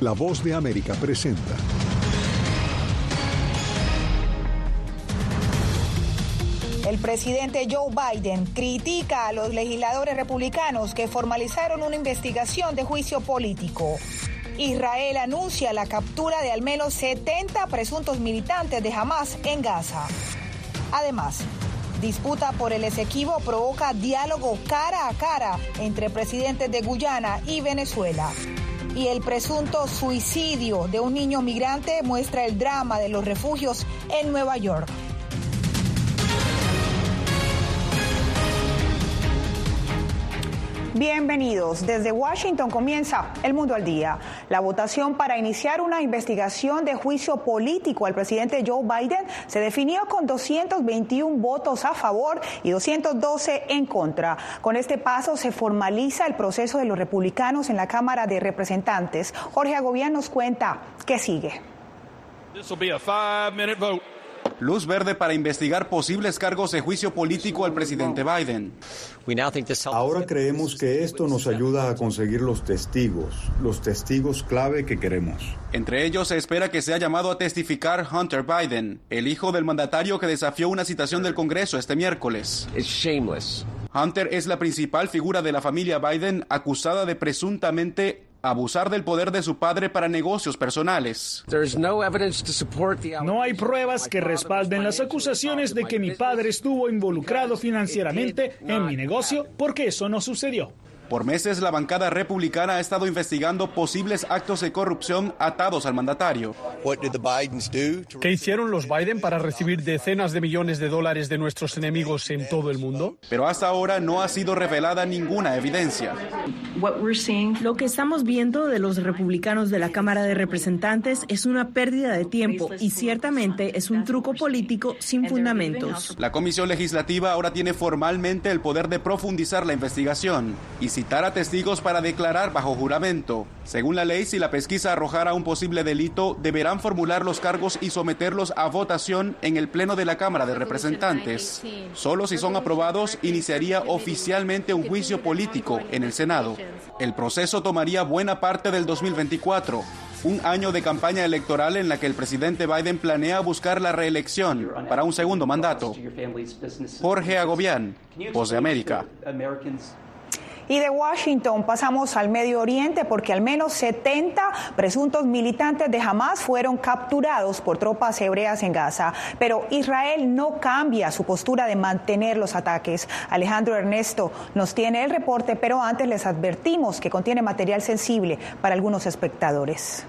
La Voz de América presenta. El presidente Joe Biden critica a los legisladores republicanos que formalizaron una investigación de juicio político. Israel anuncia la captura de al menos 70 presuntos militantes de Hamás en Gaza. Además, disputa por el Esequibo provoca diálogo cara a cara entre presidentes de Guyana y Venezuela. Y el presunto suicidio de un niño migrante muestra el drama de los refugios en Nueva York. Bienvenidos. Desde Washington comienza El Mundo al Día. La votación para iniciar una investigación de juicio político al presidente Joe Biden se definió con 221 votos a favor y 212 en contra. Con este paso se formaliza el proceso de los republicanos en la Cámara de Representantes. Jorge Agobián nos cuenta qué sigue. Luz verde para investigar posibles cargos de juicio político al presidente Biden. Ahora creemos que esto nos ayuda a conseguir los testigos clave que queremos. Entre ellos se espera que sea llamado a testificar Hunter Biden, el hijo del mandatario que desafió una citación del Congreso este miércoles. Hunter es la principal figura de la familia Biden acusada de presuntamente abusar del poder de su padre para negocios personales. No hay pruebas que respalden las acusaciones de que mi padre estuvo involucrado financieramente en mi negocio, porque eso no sucedió. Por meses, la bancada republicana ha estado investigando posibles actos de corrupción atados al mandatario. ¿Qué hicieron los Biden para recibir decenas de millones de dólares de nuestros enemigos en todo el mundo? Pero hasta ahora no ha sido revelada ninguna evidencia. Lo que estamos viendo de los republicanos de la Cámara de Representantes es una pérdida de tiempo y ciertamente es un truco político sin fundamentos. La Comisión Legislativa ahora tiene formalmente el poder de profundizar la investigación y citar a testigos para declarar bajo juramento. Según la ley, si la pesquisa arrojara un posible delito, deberán formular los cargos y someterlos a votación en el Pleno de la Cámara de Representantes. Solo si son aprobados, iniciaría oficialmente un juicio político en el Senado. El proceso tomaría buena parte del 2024, un año de campaña electoral en la que el presidente Biden planea buscar la reelección para un segundo mandato. Jorge Agobián, Voz de América. Y de Washington pasamos al Medio Oriente porque al menos 70 presuntos militantes de Hamás fueron capturados por tropas hebreas en Gaza. Pero Israel no cambia su postura de mantener los ataques. Alejandro Ernesto nos tiene el reporte, pero antes les advertimos que contiene material sensible para algunos espectadores.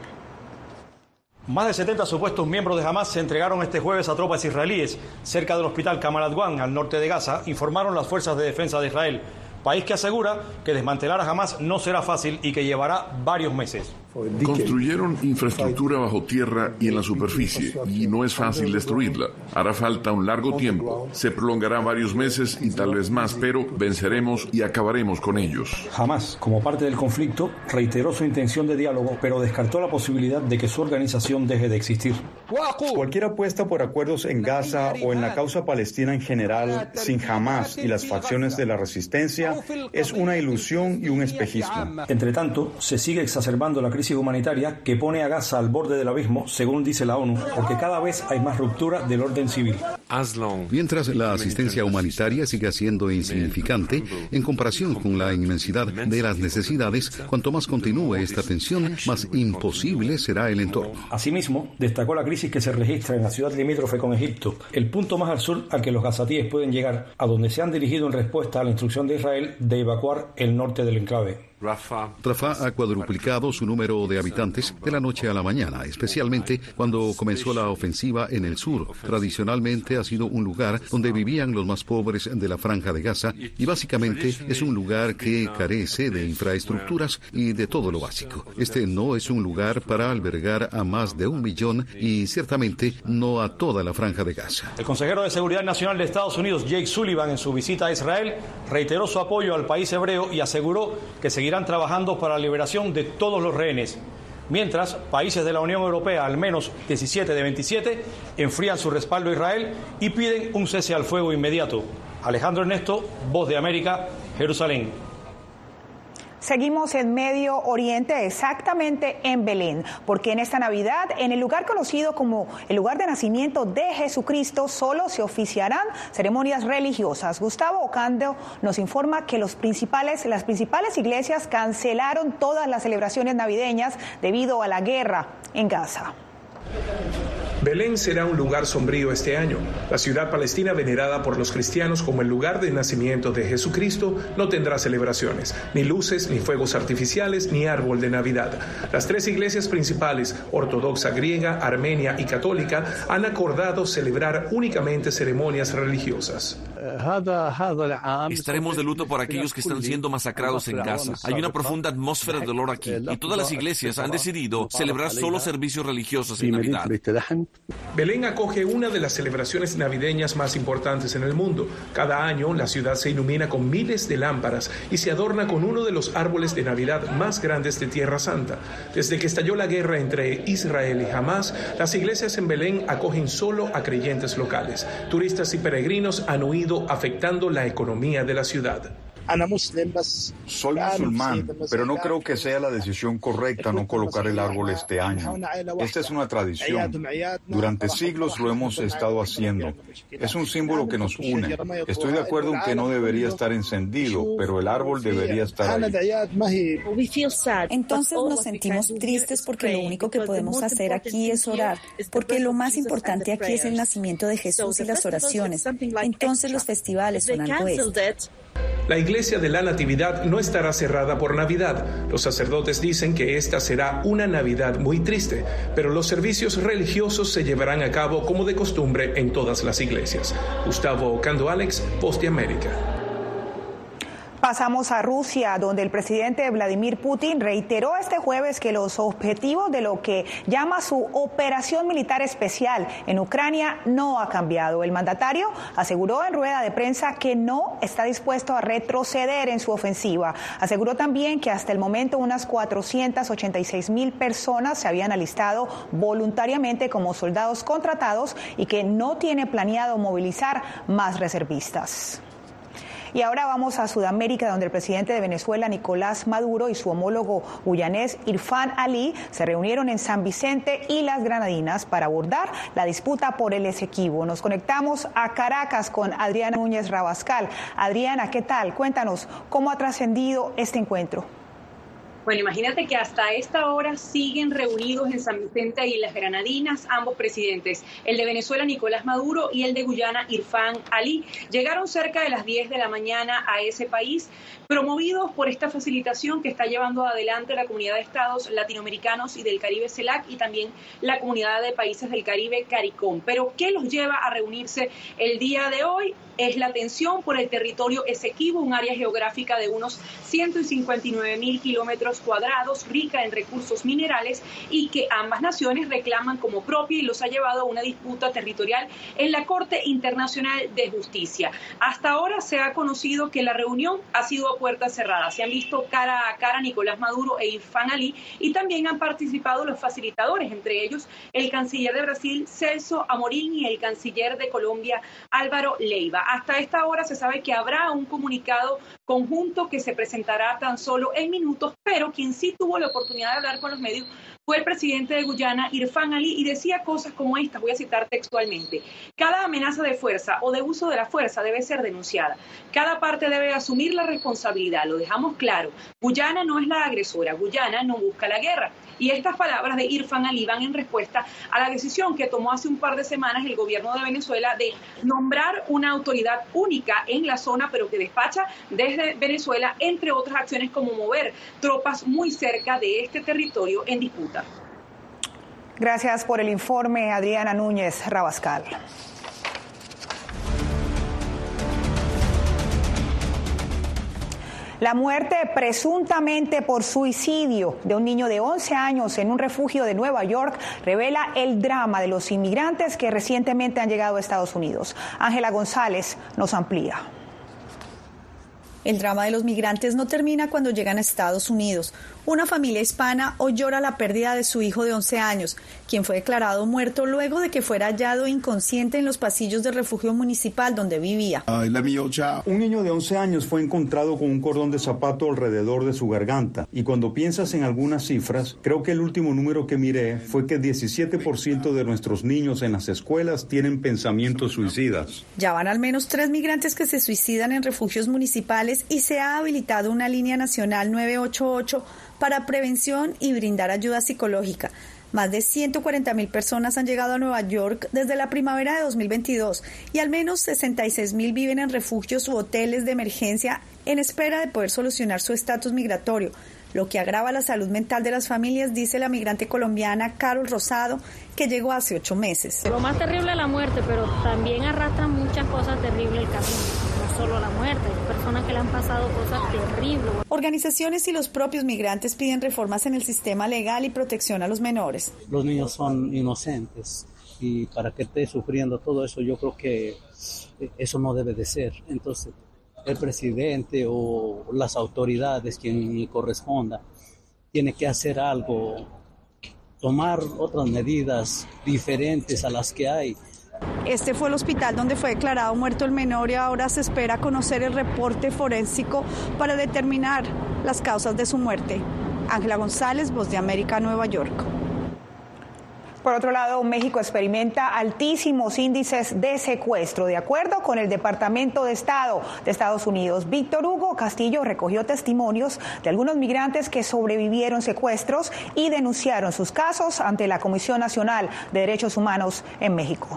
Más de 70 supuestos miembros de Hamás se entregaron este jueves a tropas israelíes cerca del hospital Kamal Adwan, al norte de Gaza, informaron las fuerzas de defensa de Israel. País que asegura que desmantelar a Hamás no será fácil y que llevará varios meses. Construyeron infraestructura bajo tierra y en la superficie, y no es fácil destruirla. Hará falta un largo tiempo, se prolongará varios meses y tal vez más, pero venceremos y acabaremos con ellos. Hamás, como parte del conflicto, reiteró su intención de diálogo, pero descartó la posibilidad de que su organización deje de existir. Cualquier apuesta por acuerdos en Gaza o en la causa palestina en general, sin Hamás y las facciones de la resistencia, es una ilusión y un espejismo. Entre tanto, se sigue exacerbando la crisis humanitaria que pone a Gaza al borde del abismo, según dice la ONU, porque cada vez hay más ruptura del orden civil. Mientras la asistencia humanitaria siga siendo insignificante en comparación con la inmensidad de las necesidades, cuanto más continúe esta tensión, más imposible será el entorno. Asimismo, destacó la crisis que se registra en la ciudad limítrofe con Egipto, el punto más al sur al que los gazatíes pueden llegar, a donde se han dirigido en respuesta a la instrucción de Israel de evacuar el norte del enclave. Rafah ha cuadruplicado su número de habitantes de la noche a la mañana, especialmente cuando comenzó la ofensiva en el sur. Tradicionalmente ha sido un lugar donde vivían los más pobres de la Franja de Gaza y básicamente es un lugar que carece de infraestructuras y de todo lo básico. Este no es un lugar para albergar a más de 1 millón y ciertamente no a toda la Franja de Gaza. El consejero de Seguridad Nacional de Estados Unidos, Jake Sullivan, en su visita a Israel, reiteró su apoyo al país hebreo y aseguró que seguirán trabajando para la liberación de todos los rehenes. Mientras, países de la Unión Europea, al menos 17 de 27, enfrían su respaldo a Israel y piden un cese al fuego inmediato. Alejandro Ernesto, Voz de América, Jerusalén. Seguimos en Medio Oriente, exactamente en Belén, porque en esta Navidad, en el lugar conocido como el lugar de nacimiento de Jesucristo, solo se oficiarán ceremonias religiosas. Gustavo Ocando nos informa que las principales iglesias cancelaron todas las celebraciones navideñas debido a la guerra en Gaza. Belén será un lugar sombrío este año. La ciudad palestina, venerada por los cristianos como el lugar de nacimiento de Jesucristo, no tendrá celebraciones, ni luces, ni fuegos artificiales, ni árbol de Navidad. Las tres iglesias principales, ortodoxa griega, armenia y católica, han acordado celebrar únicamente ceremonias religiosas. Estaremos de luto por aquellos que están siendo masacrados en Gaza. Hay una profunda atmósfera de dolor aquí, y todas las iglesias han decidido celebrar solo servicios religiosos en Navidad. Belén acoge una de las celebraciones navideñas más importantes en el mundo. Cada año la ciudad se ilumina con miles de lámparas y se adorna con uno de los árboles de Navidad más grandes de Tierra Santa. Desde que estalló la guerra entre Israel y Hamás, las iglesias en Belén acogen solo a creyentes locales. Turistas y peregrinos han huido, afectando la economía de la ciudad. Soy musulmán, pero no creo que sea la decisión correcta no colocar el árbol este año. Esta es una tradición. Durante siglos lo hemos estado haciendo. Es un símbolo que nos une. Estoy de acuerdo en que no debería estar encendido, pero el árbol debería estar ahí. Entonces nos sentimos tristes porque lo único que podemos hacer aquí es orar, porque lo más importante aquí es el nacimiento de Jesús y las oraciones. Entonces los festivales son algo extra. La iglesia de la Natividad no estará cerrada por Navidad. Los sacerdotes dicen que esta será una Navidad muy triste, pero los servicios religiosos se llevarán a cabo como de costumbre en todas las iglesias. Gustavo Ocando, Alex, Voz de América. Pasamos a Rusia, donde el presidente Vladimir Putin reiteró este jueves que los objetivos de lo que llama su operación militar especial en Ucrania no ha cambiado. El mandatario aseguró en rueda de prensa que no está dispuesto a retroceder en su ofensiva. Aseguró también que hasta el momento unas 486,000 personas se habían alistado voluntariamente como soldados contratados y que no tiene planeado movilizar más reservistas. Y ahora vamos a Sudamérica, donde el presidente de Venezuela, Nicolás Maduro, y su homólogo guyanés, Irfan Ali, se reunieron en San Vicente y Las Granadinas para abordar la disputa por el Esequibo. Nos conectamos a Caracas con Adriana Núñez Rabascal. Adriana, ¿qué tal? Cuéntanos, ¿cómo ha trascendido este encuentro? Bueno, imagínate que hasta esta hora siguen reunidos en San Vicente y Las Granadinas ambos presidentes, el de Venezuela, Nicolás Maduro, y el de Guyana, Irfan Ali. Llegaron cerca de las 10 de la mañana a ese país, promovidos por esta facilitación que está llevando adelante la Comunidad de Estados Latinoamericanos y del Caribe, CELAC, y también la Comunidad de Países del Caribe, CARICOM. Pero ¿qué los lleva a reunirse el día de hoy? Es la tensión por el territorio Esequibo, un área geográfica de unos 159,000 kilómetros cuadrados, rica en recursos minerales y que ambas naciones reclaman como propia, y los ha llevado a una disputa territorial en la Corte Internacional de Justicia. Hasta ahora se ha conocido que la reunión ha sido a puertas cerradas. Se han visto cara a cara Nicolás Maduro e Irfan Ali, y también han participado los facilitadores, entre ellos el canciller de Brasil, Celso Amorín, y el canciller de Colombia, Álvaro Leiva. Hasta esta hora se sabe que habrá un comunicado conjunto que se presentará tan solo en minutos, pero quien sí tuvo la oportunidad de hablar con los medios fue el presidente de Guyana, Irfan Ali, y decía cosas como estas, voy a citar textualmente: cada amenaza de fuerza o de uso de la fuerza debe ser denunciada. Cada parte debe asumir la responsabilidad, lo dejamos claro. Guyana no es la agresora, Guyana no busca la guerra. Y estas palabras de Irfan Ali van en respuesta a la decisión que tomó hace un par de semanas el gobierno de Venezuela de nombrar una autoridad única en la zona, pero que despacha desde Venezuela, entre otras acciones como mover tropas muy cerca de este territorio en disputa. Gracias por el informe, Adriana Núñez Rabascal. La muerte presuntamente por suicidio de un niño de 11 años en un refugio de Nueva York revela el drama de los inmigrantes que recientemente han llegado a Estados Unidos. Ángela González nos amplía. El drama de los migrantes no termina cuando llegan a Estados Unidos. Una familia hispana hoy llora la pérdida de su hijo de 11 años, quien fue declarado muerto luego de que fuera hallado inconsciente en los pasillos del refugio municipal donde vivía. Un niño de 11 años fue encontrado con un cordón de zapato alrededor de su garganta. Y cuando piensas en algunas cifras, creo que el último número que miré fue que 17% de nuestros niños en las escuelas tienen pensamientos suicidas. Ya van al menos 3 migrantes que se suicidan en refugios municipales y se ha habilitado una línea nacional 988 para prevención y brindar ayuda psicológica. Más de 140.000 personas han llegado a Nueva York desde la primavera de 2022 y al menos 66.000 viven en refugios u hoteles de emergencia en espera de poder solucionar su estatus migratorio, lo que agrava la salud mental de las familias, dice la migrante colombiana Carol Rosado, que llegó hace 8 meses. Lo más terrible es la muerte, pero también arrastra muchas cosas terribles el camino. No solo la muerte, hay personas que le han pasado cosas terribles. Organizaciones y los propios migrantes piden reformas en el sistema legal y protección a los menores. Los niños son inocentes y para que esté sufriendo todo eso, yo creo que eso no debe de ser. Entonces, el presidente o las autoridades, quien corresponda, tiene que hacer algo, tomar otras medidas diferentes a las que hay. Este fue el hospital donde fue declarado muerto el menor y ahora se espera conocer el reporte forénsico para determinar las causas de su muerte. Ángela González, Voz de América, Nueva York. Por otro lado, México experimenta altísimos índices de secuestro. De acuerdo con el Departamento de Estado de Estados Unidos, Víctor Hugo Castillo recogió testimonios de algunos migrantes que sobrevivieron secuestros y denunciaron sus casos ante la Comisión Nacional de Derechos Humanos en México.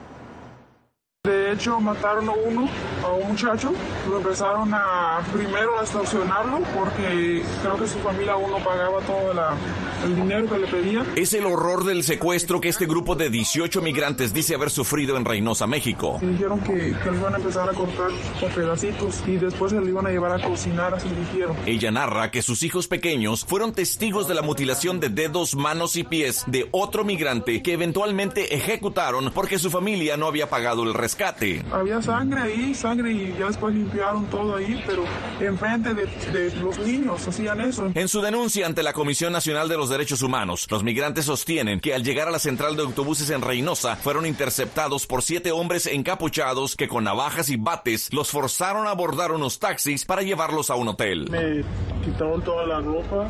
De hecho, mataron a un muchacho, lo empezaron primero a extorsionarlo porque creo que su familia aún no pagaba todo el dinero que le pedían. Es el horror del secuestro que este grupo de 18 migrantes dice haber sufrido en Reynosa, México. Y dijeron que lo iban a empezar a cortar por pedacitos y después se lo iban a llevar a cocinar, así dijeron. Ella narra que sus hijos pequeños fueron testigos de la mutilación de dedos, manos y pies de otro migrante que eventualmente ejecutaron porque su familia no había pagado el rescate. Había sangre y ya después limpiaron todo ahí, pero enfrente de los niños hacían eso. En su denuncia ante la Comisión Nacional de los Derechos Humanos, los migrantes sostienen que al llegar a la central de autobuses en Reynosa fueron interceptados por 7 hombres encapuchados que con navajas y bates los forzaron a abordar unos taxis para llevarlos a un hotel. Me quitaron toda la ropa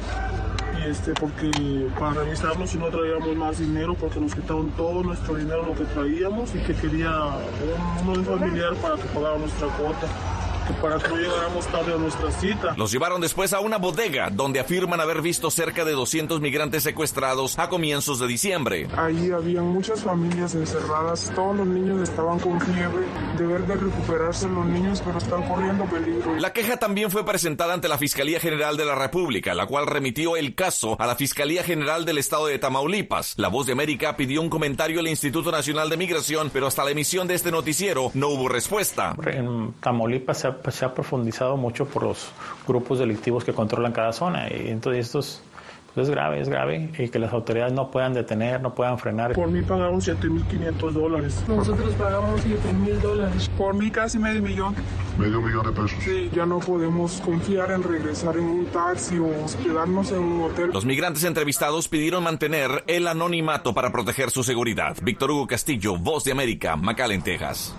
porque para revisarnos si no traíamos más dinero, porque nos quitaron todo nuestro dinero, lo que traíamos, y que quería un familiar para que pagara nuestra cuota, para que no llegáramos tarde a nuestra cita. Los llevaron después a una bodega donde afirman haber visto cerca de 200 migrantes secuestrados a comienzos de diciembre. Ahí había muchas familias encerradas, todos los niños estaban con fiebre, deber de recuperarse los niños, pero están corriendo peligro. La queja también fue presentada ante la Fiscalía General de la República, la cual remitió el caso a la Fiscalía General del Estado de Tamaulipas. La Voz de América pidió un comentario al Instituto Nacional de Migración, pero hasta la emisión de este noticiero no hubo respuesta. En Tamaulipas se ha profundizado mucho por los grupos delictivos que controlan cada zona, y entonces esto es grave, y que las autoridades no puedan detener, no puedan frenar. Por mí pagaron $7,500. Nosotros pagamos $7,000. Por mí casi $500,000. $500,000 de pesos. Sí, ya no podemos confiar en regresar en un taxi o hospedarnos en un hotel. Los migrantes entrevistados pidieron mantener el anonimato para proteger su seguridad. Víctor Hugo Castillo, Voz de América, McAllen, Texas.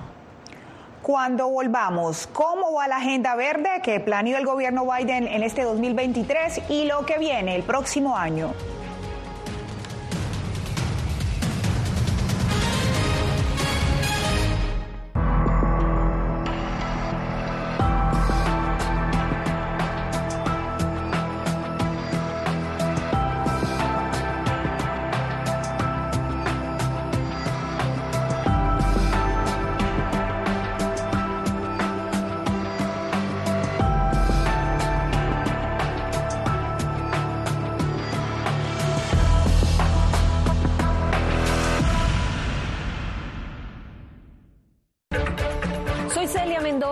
Cuando volvamos, ¿cómo va la agenda verde que planeó el gobierno Biden en este 2023 y lo que viene el próximo año?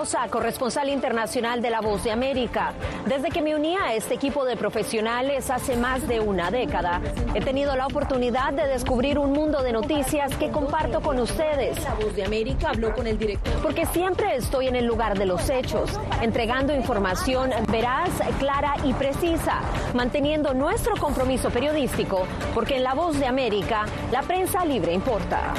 Reynosa, corresponsal internacional de La Voz de América. Desde que me uní a este equipo de profesionales hace más de una década, he tenido la oportunidad de descubrir un mundo de noticias que comparto con ustedes. La Voz de América habló con el director. Porque siempre estoy en el lugar de los hechos, entregando información veraz, clara y precisa, manteniendo nuestro compromiso periodístico, porque en La Voz de América, la prensa libre importa.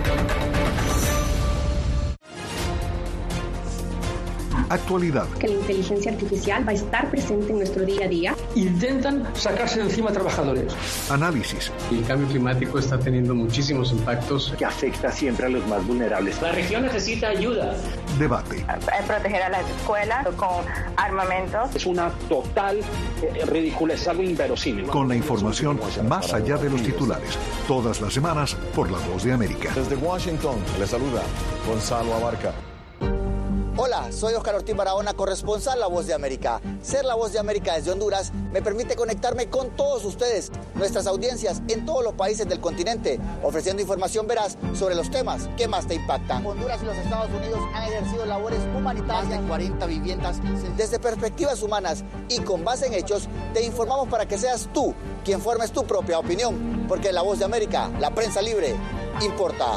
Actualidad. Que la inteligencia artificial va a estar presente en nuestro día a día. Intentan sacarse de encima a trabajadores. Análisis. El cambio climático está teniendo muchísimos impactos que afecta siempre a los más vulnerables. La región necesita ayuda. Debate. Proteger a las escuelas con armamentos. Es una total ridiculez, es algo inverosímil. Con la información más allá de los titulares. Todas las semanas por La Voz de América. Desde Washington, le saluda Gonzalo Abarca. Hola, soy Oscar Ortiz Barahona, corresponsal La Voz de América. Ser La Voz de América desde Honduras me permite conectarme con todos ustedes, nuestras audiencias en todos los países del continente, ofreciendo información veraz sobre los temas que más te impactan. Honduras y los Estados Unidos han ejercido labores humanitarias en 40 viviendas. Desde perspectivas humanas y con base en hechos, te informamos para que seas tú quien formes tu propia opinión, porque en La Voz de América, la prensa libre, importa.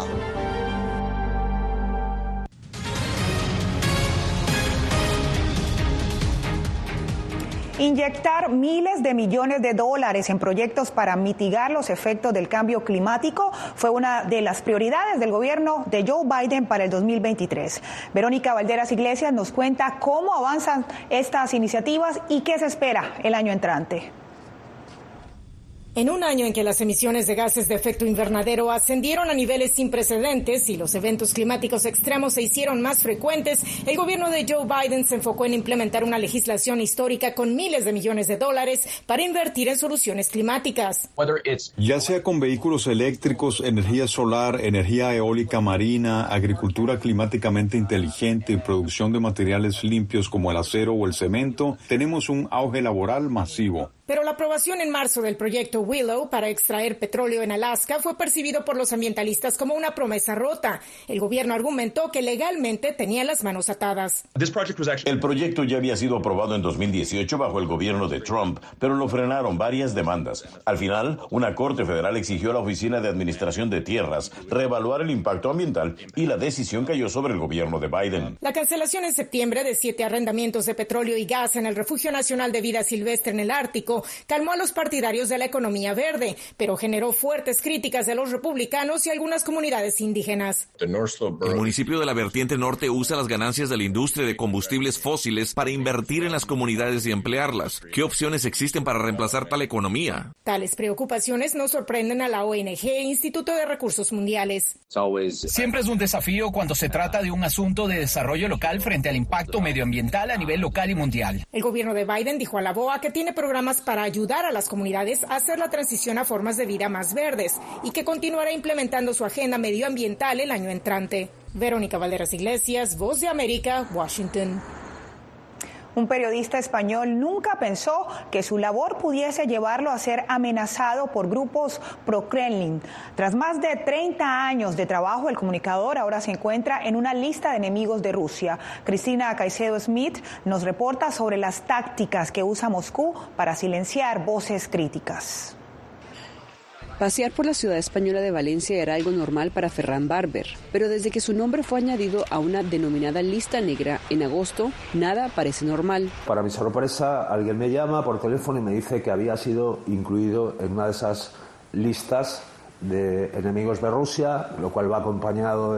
Inyectar miles de millones de dólares en proyectos para mitigar los efectos del cambio climático fue una de las prioridades del gobierno de Joe Biden para el 2023. Verónica Valderas Iglesias nos cuenta cómo avanzan estas iniciativas y qué se espera el año entrante. En un año en que las emisiones de gases de efecto invernadero ascendieron a niveles sin precedentes y los eventos climáticos extremos se hicieron más frecuentes, el gobierno de Joe Biden se enfocó en implementar una legislación histórica con miles de millones de dólares para invertir en soluciones climáticas. Ya sea con vehículos eléctricos, energía solar, energía eólica marina, agricultura climáticamente inteligente y producción de materiales limpios como el acero o el cemento, tenemos un auge laboral masivo. Pero la aprobación en marzo del proyecto Willow para extraer petróleo en Alaska fue percibido por los ambientalistas como una promesa rota. El gobierno argumentó que legalmente tenía las manos atadas. El proyecto ya había sido aprobado en 2018 bajo el gobierno de Trump, pero lo frenaron varias demandas. Al final, una corte federal exigió a la Oficina de Administración de Tierras reevaluar el impacto ambiental y la decisión cayó sobre el gobierno de Biden. La cancelación en septiembre de 7 arrendamientos de petróleo y gas en el Refugio Nacional de Vida Silvestre en el Ártico calmó a los partidarios de la economía verde, pero generó fuertes críticas de los republicanos y algunas comunidades indígenas. El municipio de la vertiente norte usa las ganancias de la industria de combustibles fósiles para invertir en las comunidades y emplearlas. ¿Qué opciones existen para reemplazar tal economía? Tales preocupaciones no sorprenden a la ONG Instituto de Recursos Mundiales. Siempre es un desafío cuando se trata de un asunto de desarrollo local frente al impacto medioambiental a nivel local y mundial. El gobierno de Biden dijo a la BOA que tiene programas para ayudar a las comunidades a hacer la transición a formas de vida más verdes y que continuará implementando su agenda medioambiental el año entrante. Verónica Valderas Iglesias, Voz de América, Washington. Un periodista español nunca pensó que su labor pudiese llevarlo a ser amenazado por grupos pro-Kremlin. Tras más de 30 años de trabajo, el comunicador ahora se encuentra en una lista de enemigos de Rusia. Cristina Caicedo Smith nos reporta sobre las tácticas que usa Moscú para silenciar voces críticas. Pasear por la ciudad española de Valencia era algo normal para Ferran Barber, pero desde que su nombre fue añadido a una denominada lista negra en agosto, nada parece normal. Para mi sorpresa, alguien me llama por teléfono y me dice que había sido incluido en una de esas listas de enemigos de Rusia, lo cual va acompañado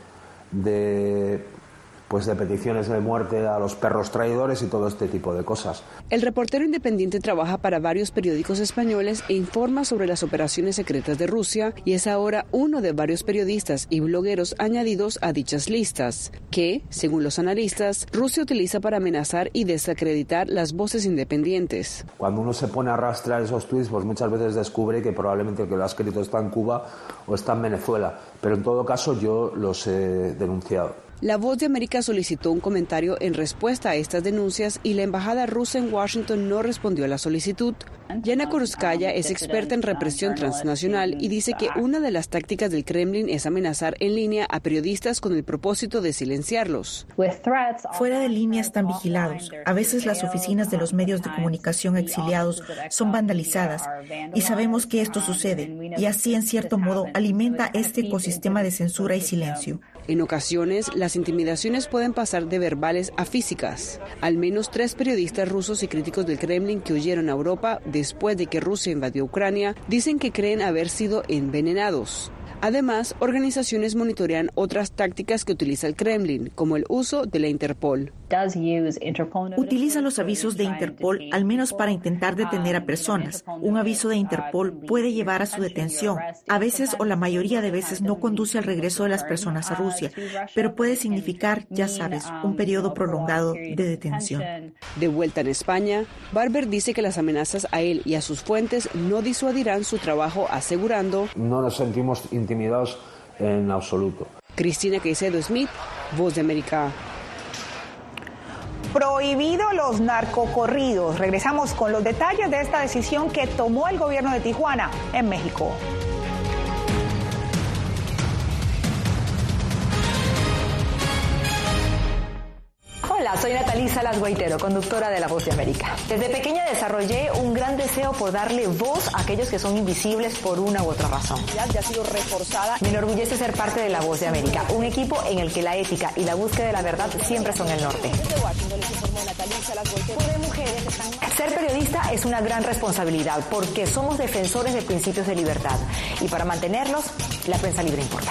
de peticiones de muerte a los perros traidores y todo este tipo de cosas. El reportero independiente trabaja para varios periódicos españoles e informa sobre las operaciones secretas de Rusia y es ahora uno de varios periodistas y blogueros añadidos a dichas listas, que, según los analistas, Rusia utiliza para amenazar y desacreditar las voces independientes. Cuando uno se pone a rastrear esos tweets, pues muchas veces descubre que probablemente el que lo ha escrito está en Cuba o está en Venezuela, pero en todo caso yo los he denunciado. La Voz de América solicitó un comentario en respuesta a estas denuncias y la embajada rusa en Washington no respondió a la solicitud. Yana Kurskaya es experta en represión transnacional y dice que una de las tácticas del Kremlin es amenazar en línea a periodistas con el propósito de silenciarlos. Fuera de línea están vigilados. A veces las oficinas de los medios de comunicación exiliados son vandalizadas y sabemos que esto sucede y así en cierto modo alimenta este ecosistema de censura y silencio. En ocasiones, las intimidaciones pueden pasar de verbales a físicas. Al menos 3 periodistas rusos y críticos del Kremlin que huyeron a Europa después de que Rusia invadió Ucrania dicen que creen haber sido envenenados. Además, organizaciones monitorean otras tácticas que utiliza el Kremlin, como el uso de la Interpol. Utiliza los avisos de Interpol al menos para intentar detener a personas. Un aviso de Interpol puede llevar a su detención. A veces o la mayoría de veces no conduce al regreso de las personas a Rusia, pero puede significar, ya sabes, un periodo prolongado de detención. De vuelta en España, Barber dice que las amenazas a él y a sus fuentes no disuadirán su trabajo, asegurando: no nos sentimos intimidados en absoluto. Cristina Caicedo Smith, Voz de América. Prohibido los narcocorridos. Regresamos con los detalles de esta decisión que tomó el gobierno de Tijuana, en México. Hola, soy Natalí Salas Guaitero, conductora de La Voz de América. Desde pequeña desarrollé un gran deseo por darle voz a aquellos que son invisibles por una u otra razón. Ya ha sido reforzada. Me enorgullece ser parte de La Voz de América, un equipo en el que la ética y la búsqueda de la verdad siempre son el norte. Ser periodista es una gran responsabilidad porque somos defensores de principios de libertad y para mantenerlos, la prensa libre importa.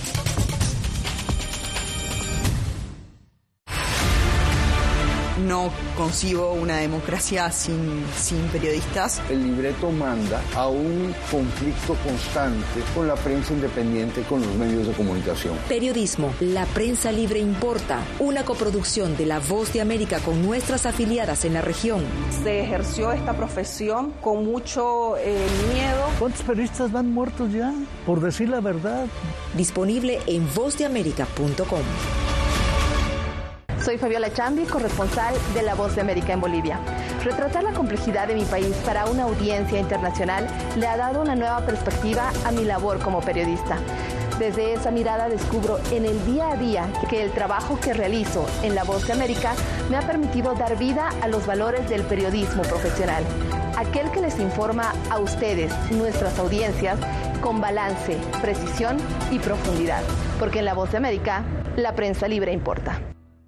No concibo una democracia sin periodistas. El libreto manda a un conflicto constante con la prensa independiente, con los medios de comunicación. Periodismo, la prensa libre importa. Una coproducción de La Voz de América con nuestras afiliadas en la región. Se ejerció esta profesión con mucho miedo. ¿Cuántos periodistas van muertos ya por decir la verdad? Disponible en vozdeamerica.com. Soy Fabiola Chambi, corresponsal de La Voz de América en Bolivia. Retratar la complejidad de mi país para una audiencia internacional le ha dado una nueva perspectiva a mi labor como periodista. Desde esa mirada descubro en el día a día que el trabajo que realizo en La Voz de América me ha permitido dar vida a los valores del periodismo profesional. Aquel que les informa a ustedes, nuestras audiencias, con balance, precisión y profundidad. Porque en La Voz de América, la prensa libre importa.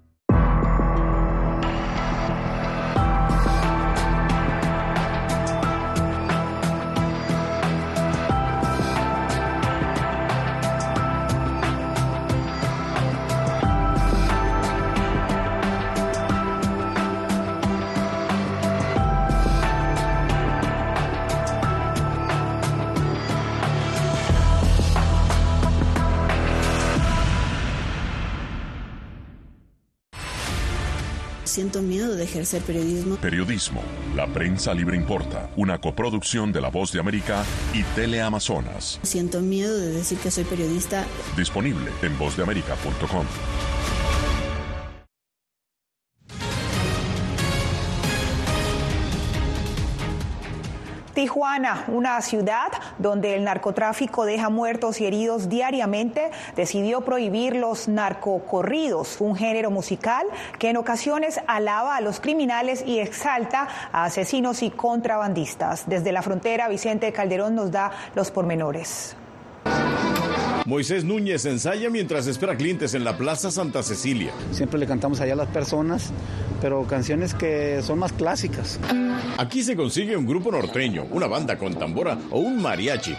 Siento miedo de ejercer periodismo. Periodismo, la prensa libre importa, una coproducción de La Voz de América y Teleamazonas. Siento miedo de decir que soy periodista. Disponible en vozdeamerica.com. Tijuana, una ciudad donde el narcotráfico deja muertos y heridos diariamente, decidió prohibir los narcocorridos, un género musical que en ocasiones alaba a los criminales y exalta a asesinos y contrabandistas. Desde la frontera, Vicente Calderón nos da los pormenores. Moisés Núñez ensaya mientras espera clientes en la Plaza Santa Cecilia. Siempre le cantamos allá a las personas, pero canciones que son más clásicas. Aquí se consigue un grupo norteño, una banda con tambora o un mariachi.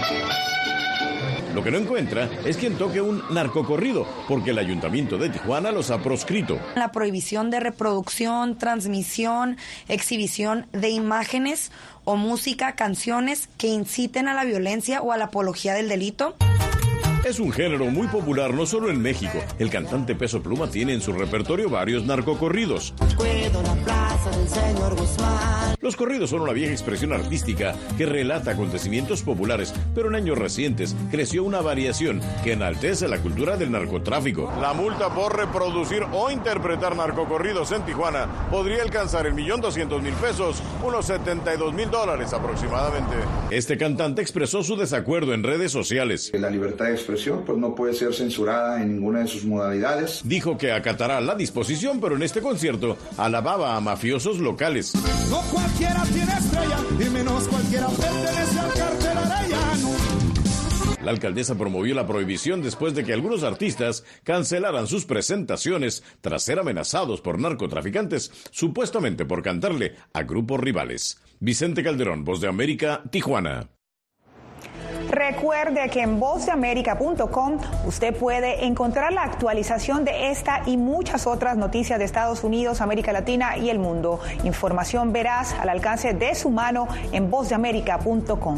Lo que no encuentra es quien toque un narcocorrido, porque el Ayuntamiento de Tijuana los ha proscrito. La prohibición de reproducción, transmisión, exhibición de imágenes o música, canciones que inciten a la violencia o a la apología del delito. Es un género muy popular no solo en México. El cantante Peso Pluma tiene en su repertorio varios narcocorridos. Puedo la plaza del señor Guzmán. Los corridos son una vieja expresión artística que relata acontecimientos populares, pero en años recientes creció una variación que enaltece la cultura del narcotráfico. La multa por reproducir o interpretar narcocorridos en Tijuana podría alcanzar $1.200.000, unos $72.000 aproximadamente. Este cantante expresó su desacuerdo en redes sociales. La libertad de expresión pues no puede ser censurada en ninguna de sus modalidades. Dijo que acatará la disposición, pero en este concierto alababa a mafiosos locales. No cualquiera tiene estrella y menos cualquiera pertenece al cártel arellano. La alcaldesa promovió la prohibición después de que algunos artistas cancelaran sus presentaciones tras ser amenazados por narcotraficantes, supuestamente por cantarle a grupos rivales. Vicente Calderón, Voz de América, Tijuana. Recuerde que en vozdeamerica.com usted puede encontrar la actualización de esta y muchas otras noticias de Estados Unidos, América Latina y el mundo. Información veraz al alcance de su mano en vozdeamerica.com.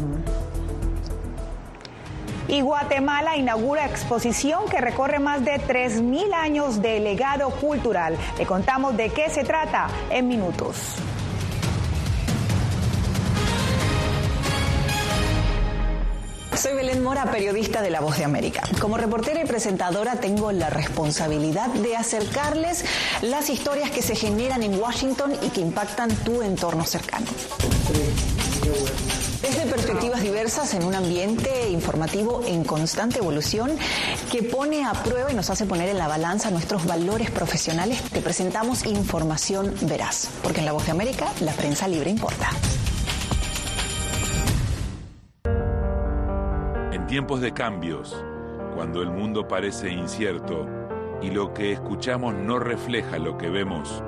Y Guatemala inaugura exposición que recorre más de 3.000 años de legado cultural. Le contamos de qué se trata en minutos. Soy Belén Mora, periodista de La Voz de América. Como reportera y presentadora tengo la responsabilidad de acercarles las historias que se generan en Washington y que impactan tu entorno cercano. Desde perspectivas diversas en un ambiente informativo en constante evolución que pone a prueba y nos hace poner en la balanza nuestros valores profesionales, te presentamos información veraz, porque en La Voz de América la prensa libre importa. En tiempos de cambios, cuando el mundo parece incierto y lo que escuchamos no refleja lo que vemos,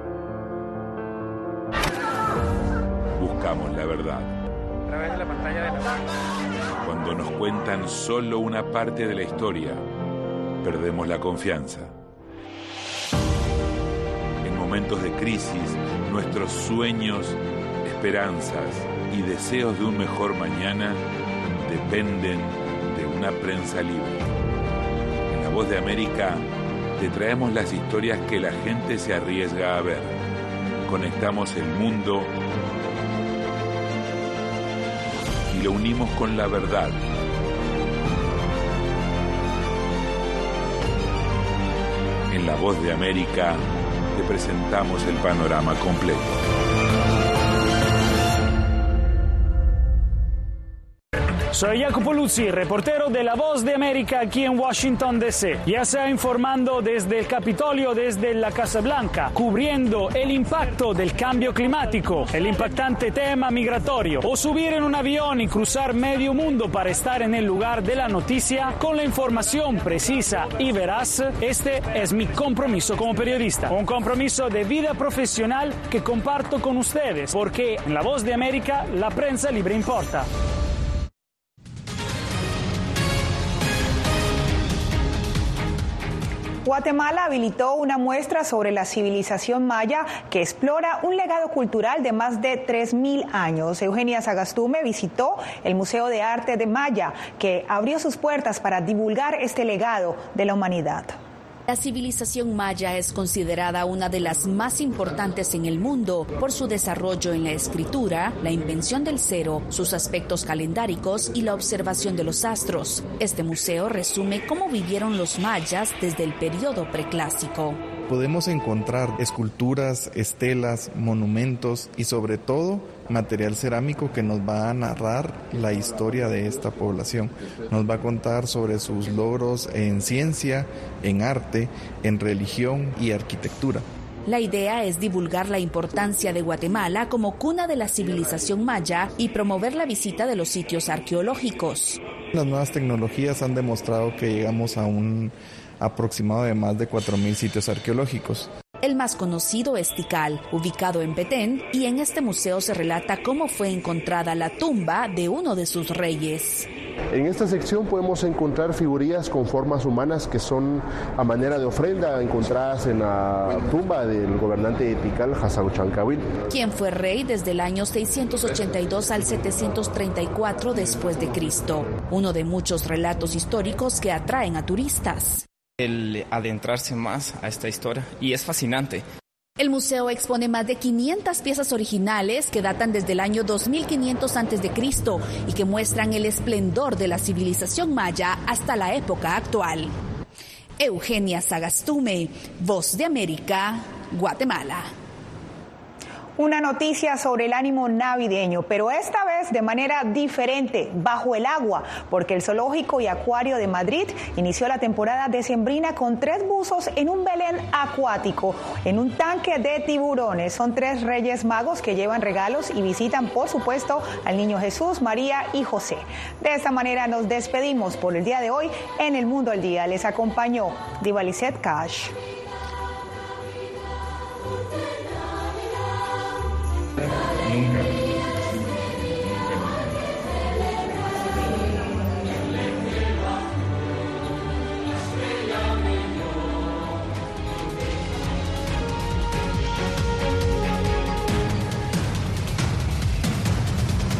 buscamos la verdad. A través de la pantalla de la máquina. Cuando nos cuentan solo una parte de la historia, perdemos la confianza. En momentos de crisis, nuestros sueños, esperanzas y deseos de un mejor mañana dependen de una prensa libre. En La Voz de América te traemos las historias que la gente se arriesga a ver. Conectamos el mundo y lo unimos con la verdad. En La Voz de América te presentamos el panorama completo. Soy Jacopo Luzzi, reportero de La Voz de América aquí en Washington, D.C. Ya sea informando desde el Capitolio, desde la Casa Blanca, cubriendo el impacto del cambio climático, el impactante tema migratorio, o subir en un avión y cruzar medio mundo para estar en el lugar de la noticia con la información precisa y veraz, este es mi compromiso como periodista. Un compromiso de vida profesional que comparto con ustedes, porque en La Voz de América la prensa libre importa. Guatemala habilitó una muestra sobre la civilización maya que explora un legado cultural de más de 3.000 años. Eugenia Sagastume visitó el Museo de Arte de Maya, que abrió sus puertas para divulgar este legado de la humanidad. La civilización maya es considerada una de las más importantes en el mundo por su desarrollo en la escritura, la invención del cero, sus aspectos calendáricos y la observación de los astros. Este museo resume cómo vivieron los mayas desde el periodo preclásico. Podemos encontrar esculturas, estelas, monumentos y sobre todo material cerámico que nos va a narrar la historia de esta población. Nos va a contar sobre sus logros en ciencia, en arte, en religión y arquitectura. La idea es divulgar la importancia de Guatemala como cuna de la civilización maya y promover la visita de los sitios arqueológicos. Las nuevas tecnologías han demostrado que llegamos a un aproximado de más de 4.000 sitios arqueológicos. El más conocido es Tikal, ubicado en Petén, y en este museo se relata cómo fue encontrada la tumba de uno de sus reyes. En esta sección podemos encontrar figurillas con formas humanas que son a manera de ofrenda encontradas en la tumba del gobernante de Tikal, Hassan Chancawil, quien fue rey desde el año 682 al 734 después de Cristo. Uno de muchos relatos históricos que atraen a turistas. El adentrarse más a esta historia y es fascinante. El museo expone más de 500 piezas originales que datan desde el año 2500 a.C. y que muestran el esplendor de la civilización maya hasta la época actual. Eugenia Sagastume, Voz de América, Guatemala. Una noticia sobre el ánimo navideño, pero esta vez de manera diferente, bajo el agua, porque el Zoológico y Acuario de Madrid inició la temporada decembrina con 3 buzos en un Belén acuático, en un tanque de tiburones. Son 3 Reyes Magos que llevan regalos y visitan, por supuesto, al Niño Jesús, María y José. De esta manera nos despedimos por el día de hoy en El Mundo al Día. Les acompañó Diva Lizeth Cash.